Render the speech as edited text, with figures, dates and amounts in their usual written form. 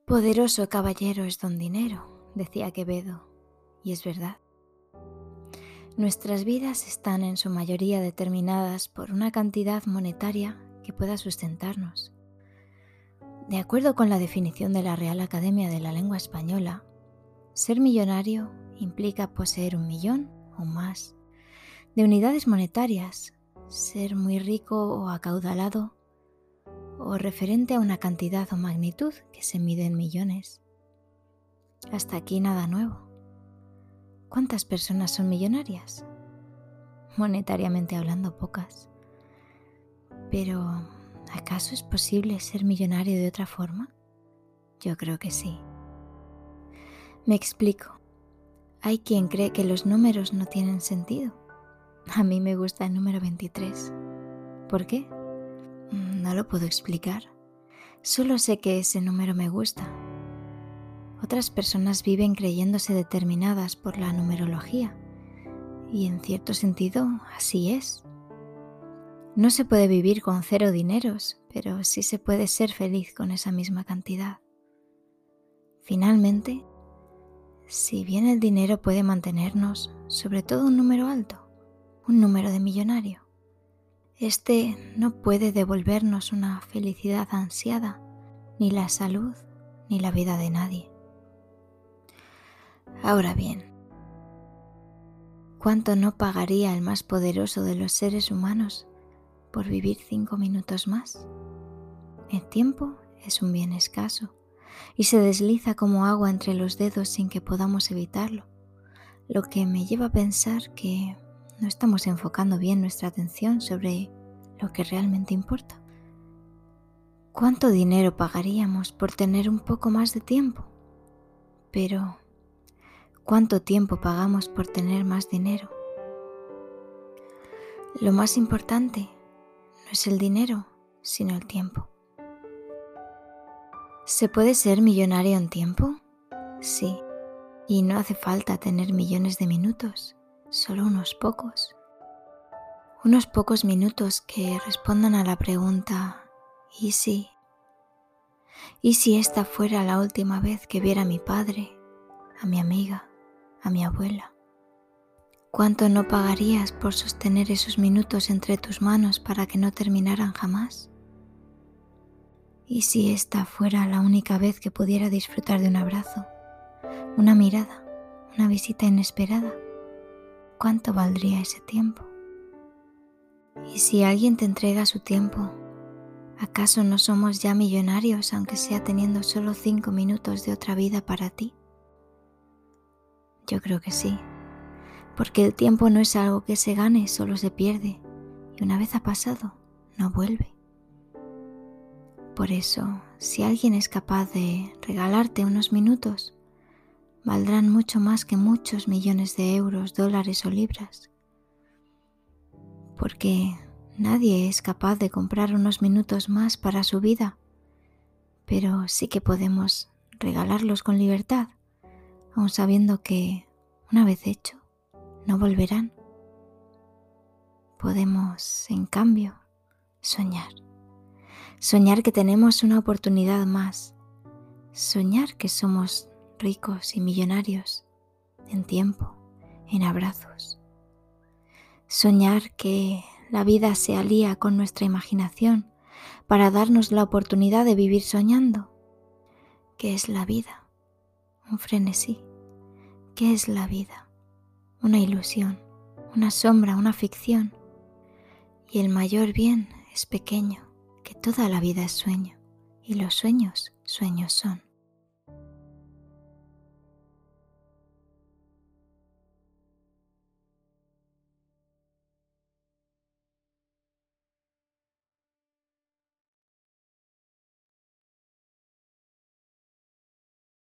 Poderoso caballero es don dinero, decía Quevedo, y es verdad. Nuestras vidas están en su mayoría determinadas por una cantidad monetaria que pueda sustentarnos. De acuerdo con la definición de la Real Academia de la Lengua Española, ser millonario implica poseer 1.000.000 o más de unidades monetarias, ser muy rico o acaudalado, o referente a una cantidad o magnitud que se mide en millones. Hasta aquí nada nuevo. ¿Cuántas personas son millonarias? Monetariamente hablando, pocas. Pero, ¿acaso es posible ser millonario de otra forma? Yo creo que sí. Me explico. Hay quien cree que los números no tienen sentido. A mí me gusta el número 23. ¿Por qué? No lo puedo explicar. Solo sé que ese número me gusta. Otras personas viven creyéndose determinadas por la numerología. Y en cierto sentido, así es. No se puede vivir con 0 dineros, pero sí se puede ser feliz con esa misma cantidad. Finalmente, si bien el dinero puede mantenernos, sobre todo un número alto, un número de millonario, este no puede devolvernos una felicidad ansiada, ni la salud, ni la vida de nadie. Ahora bien, ¿cuánto no pagaría el más poderoso de los seres humanos por vivir 5 minutos más? El tiempo es un bien escaso y se desliza como agua entre los dedos sin que podamos evitarlo, lo que me lleva a pensar que no estamos enfocando bien nuestra atención sobre lo que realmente importa. ¿Cuánto dinero pagaríamos por tener un poco más de tiempo? Pero, ¿cuánto tiempo pagamos por tener más dinero? Lo más importante no es el dinero, sino el tiempo. ¿Se puede ser millonario en tiempo? Sí, y no hace falta tener millones de minutos, solo unos pocos. Unos pocos minutos que respondan a la pregunta ¿y si? ¿Y si esta fuera la última vez que viera a mi padre, a mi amiga, a mi abuela? ¿Cuánto no pagarías por sostener esos minutos entre tus manos para que no terminaran jamás? ¿Y si esta fuera la única vez que pudiera disfrutar de un abrazo, una mirada, una visita inesperada? ¿Cuánto valdría ese tiempo? ¿Y si alguien te entrega su tiempo, acaso no somos ya millonarios aunque sea teniendo solo 5 minutos de otra vida para ti? Yo creo que sí, porque el tiempo no es algo que se gane, solo se pierde, y una vez ha pasado, no vuelve. Por eso, si alguien es capaz de regalarte unos minutos, valdrán mucho más que muchos millones de euros, dólares o libras. Porque nadie es capaz de comprar unos minutos más para su vida, pero sí que podemos regalarlos con libertad, aun sabiendo que, una vez hecho, no volverán. Podemos, en cambio, soñar. Soñar que tenemos una oportunidad más. Soñar que somos ricos y millonarios en tiempo, en abrazos. Soñar que la vida se alía con nuestra imaginación para darnos la oportunidad de vivir soñando. ¿Qué es la vida? Un frenesí. ¿Qué es la vida? Una ilusión, una sombra, una ficción. Y el mayor bien es pequeño, que toda la vida es sueño, y los sueños, sueños son.